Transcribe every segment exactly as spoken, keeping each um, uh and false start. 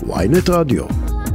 ynet רדיו.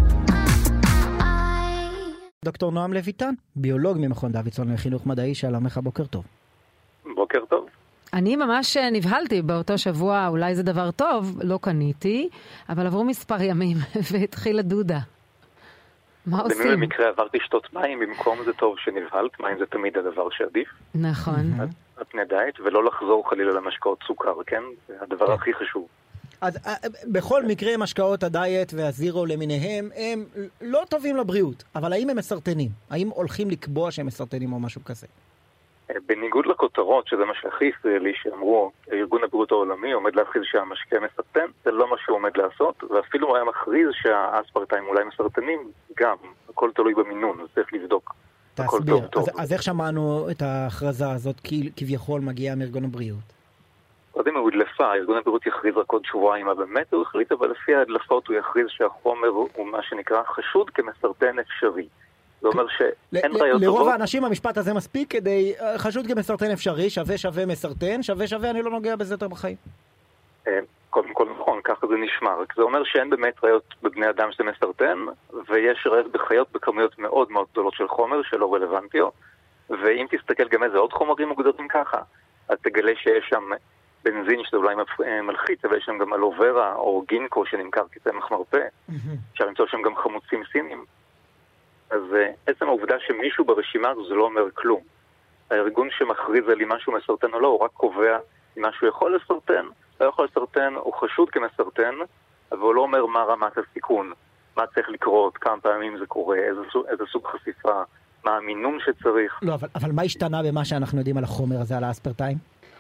דוקטור נועם לויטן, ביולוג ממכון דוידסון לחינוך מדעי, שלום לך, בוקר טוב. בוקר טוב. אני ממש נבהלתי באותו שבוע, אולי זה דבר טוב, לא קניתי, אבל עברו מספר ימים והתחילה דודה. מה עושים? במי במקרה עברתי שתות מים, במקום זה טוב שנבהלת, מים זה תמיד הדבר שעדיף. נכון. את, את נדעת, ולא לחזור חלילה למשקאות סוכר, כן? זה הדבר הכי חשוב. אז בכל מקרה משקאות הדיאט והזירו למיניהם הם לא טובים לבריאות, אבל האם הם מסרטנים? האם הולכים לקבוע שהם מסרטנים או משהו כזה? בניגוד לכותרות, שזה מה שהכי ישראלי שאמרו, ארגון הבריאות העולמי עומד להכריז שהמשקה מסרטן, זה לא מה שהוא עומד לעשות, ואפילו הוא היה מכריז שהאספרטיים אולי מסרטנים, גם, הכל תלוי במינון, אז צריך לבדוק. תסביר, אז, אז איך שמענו את ההכרזה הזאת כביכול מגיעה מארגון הבריאות? קודם הוא הדלפה, ארגון הבריאות יכריז רק עוד שבועיים מה באמת הוא החליט, אבל לפי ההדלפות הוא יכריז שהחומר הוא מה שנקרא חשוד כמסרטן אפשרי. זה אומר שאין ראיות טובות. לרוב האנשים המשפט הזה מספיק כדי חשוד כמסרטן אפשרי, שווה שווה מסרטן, שווה שווה אני לא נוגע בזה יותר בחיים. קודם כל נכון, ככה זה נשמע. רק זה אומר שאין באמת ראיות בבני אדם שזה מסרטן, ויש ראיות בחיות בכמויות מאוד מאוד גדולות של חומר שלא רלוונטיות, ואם תסתכל גם איזה עוד חומרים מוגדרים ככה, אז תגלה שיש שם בנזין שזה אולי מלחיץ, אבל יש שם גם אלוברה או גינקו שנמכר כצמח מרפא, אפשר למצוא שם גם חמוצים סינים. אז עצם העובדה שמישהו ברשימה הזו זה לא אומר כלום. הארגון שמכריז על אם משהו מסרטן או לא, הוא רק קובע אם משהו יכול לסרטן, לא יכול לסרטן, הוא חשוד כמסרטן, אבל הוא לא אומר מה רמת הסיכון, מה צריך לקרות, כמה פעמים זה קורה, איזה סוג, איזה סוג חשיפה, מה המינון שצריך. לא, אבל, אבל מה השתנה במה שאנחנו יודעים על החומר הזה, על האספרטיים?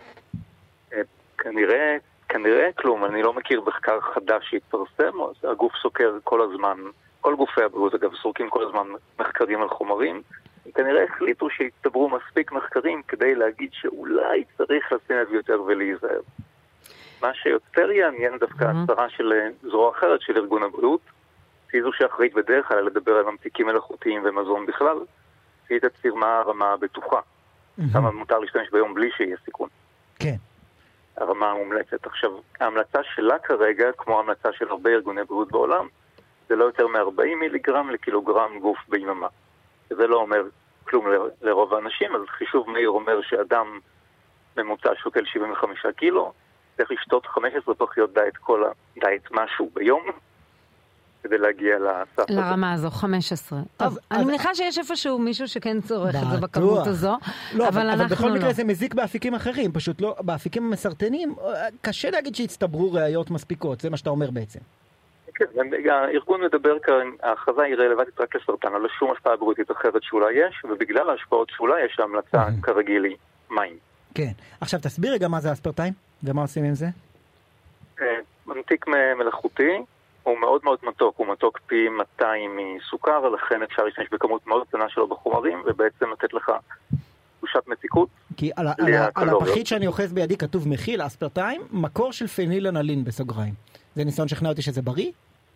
כנראה, כנראה כלום, אני לא מכיר מחקר חדש שהתפרסם, הגוף סוקר כל הזמן, כל גופי הבריאות אגב סורקים כל הזמן מחקרים על חומרים, כנראה החליטו שהתדברו מספיק מחקרים כדי להגיד שאולי צריך לשים לב יותר ולהיזהר. מה שיותר יעניין דווקא הצהרה של זרוע אחרת של ארגון הבריאות, שהיא זו שאחראית בדרך כלל לדבר על ממתיקים מלאכותיים ומזון בכלל, שהיא תצהיר מה הרמה הבטוחה, כמה מותר להשתמש ביום בלי שיהיה סיכון. כן. הרמה המומלצת. עכשיו, ההמלצה שלה כרגע, כמו ההמלצה של הרבה ארגוני בריאות בעולם, זה לא יותר מ-ארבעים מיליגרם לקילוגרם גוף ביממה. זה לא אומר כלום ל- לרוב האנשים, אז חישוב מהיר אומר שאדם ממוצע שוקל שבעים וחמישה קילו, צריך לשתות חמש עשרה פחיות דיאט כל דיאט משהו ביום, כדי להגיע לסף. לרמה הזו, חמש עשרה. טוב, אני מניחה שיש איפשהו מישהו שכן צורך את זה בכמות הזו, אבל אנחנו לא. אבל בכל מקרה זה מזיק באפיקים אחרים, פשוט לא, באפיקים המסרטנים, קשה להגיד שהצטברו ראיות מספיקות, זה מה שאתה אומר בעצם. כן, הארגון מדבר כאן, ההכרזה היא רלוונטית רק לסרטן, אבל שום השפעה בריאותית אחרת שאולי יש, ובגלל ההשפעות שאולי יש ההמלצה כרגיל היא מים. כן. עכשיו תסביר רגע מה זה אספרטיים, ומה עושים עם זה? ממתיק מלאכותי, הוא מאוד מאוד מתוק, הוא מתוק פי מאתיים מסוכר, לכן אפשר להשתמש בכמות מאוד קטנה שלו בחומרים, ובעצם לתת לך תחושת מתיקות. כי על, על, על הפחית שאני אוחז בידי כתוב מכיל אספרטיים, מקור של פנילנלין בסוגריים. זה ניסיון שכנע אותי שזה בריא?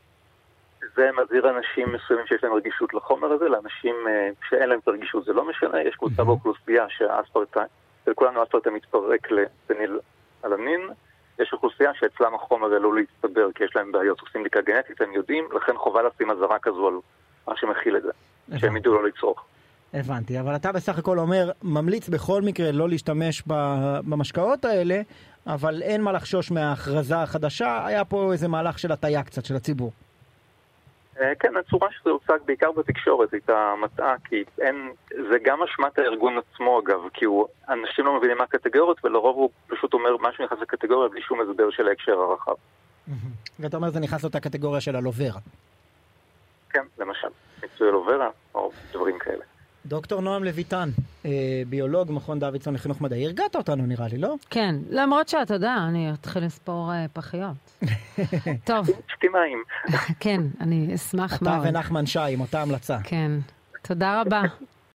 זה מזהיר אנשים מסוימים שיש להם רגישות לחומר הזה, לאנשים שאין להם רגישות זה לא משנה, יש קבוצה באוכלוסייה שהאספרטיים, לכולנו האספרטיים מתפרק לפנילנלין, יש אוכלוסייה שאצלם החומר עלול להסתבר כי יש להם בעיות, עושים בדיקה גנטית, הם יודעים, לכן חובה לשים אזהרה כזו על מה שמכיל את זה, שהם ידעו לא לצרוך. הבנתי, אבל אתה בסך הכל אומר, ממליץ בכל מקרה לא להשתמש במשקאות האלה, אבל אין מה לחשוש מההכרזה החדשה, היה פה איזה מהלך של הטעיה קצת של הציבור. כן, הצורה שזה הוצג בעיקר בתקשורת, הייתה מטעה, כי אין, זה גם אשמת הארגון עצמו אגב, כי הוא, אנשים לא מבינים מה הקטגוריות, ולרוב הוא פשוט אומר משהו נכנס לקטגוריה בלי שום הסבר של ההקשר הרחב. ואתה אומר זה נכנס לאותה קטגוריה של אלוברה. כן, למשל, מקצועי אלוברה או דברים כאלה. דוקטור נועם לויטן, ביולוג מכון דוידסון לחינוך מדעי, הרגעת אותנו נראה לי, לא? כן, למרות שאתה יודע, אני אתחיל לספור פחיות. טוב. שתי מים. כן, אני אשמח מאוד. אתה ונחמן שי עם אותה המלצה. כן, תודה רבה.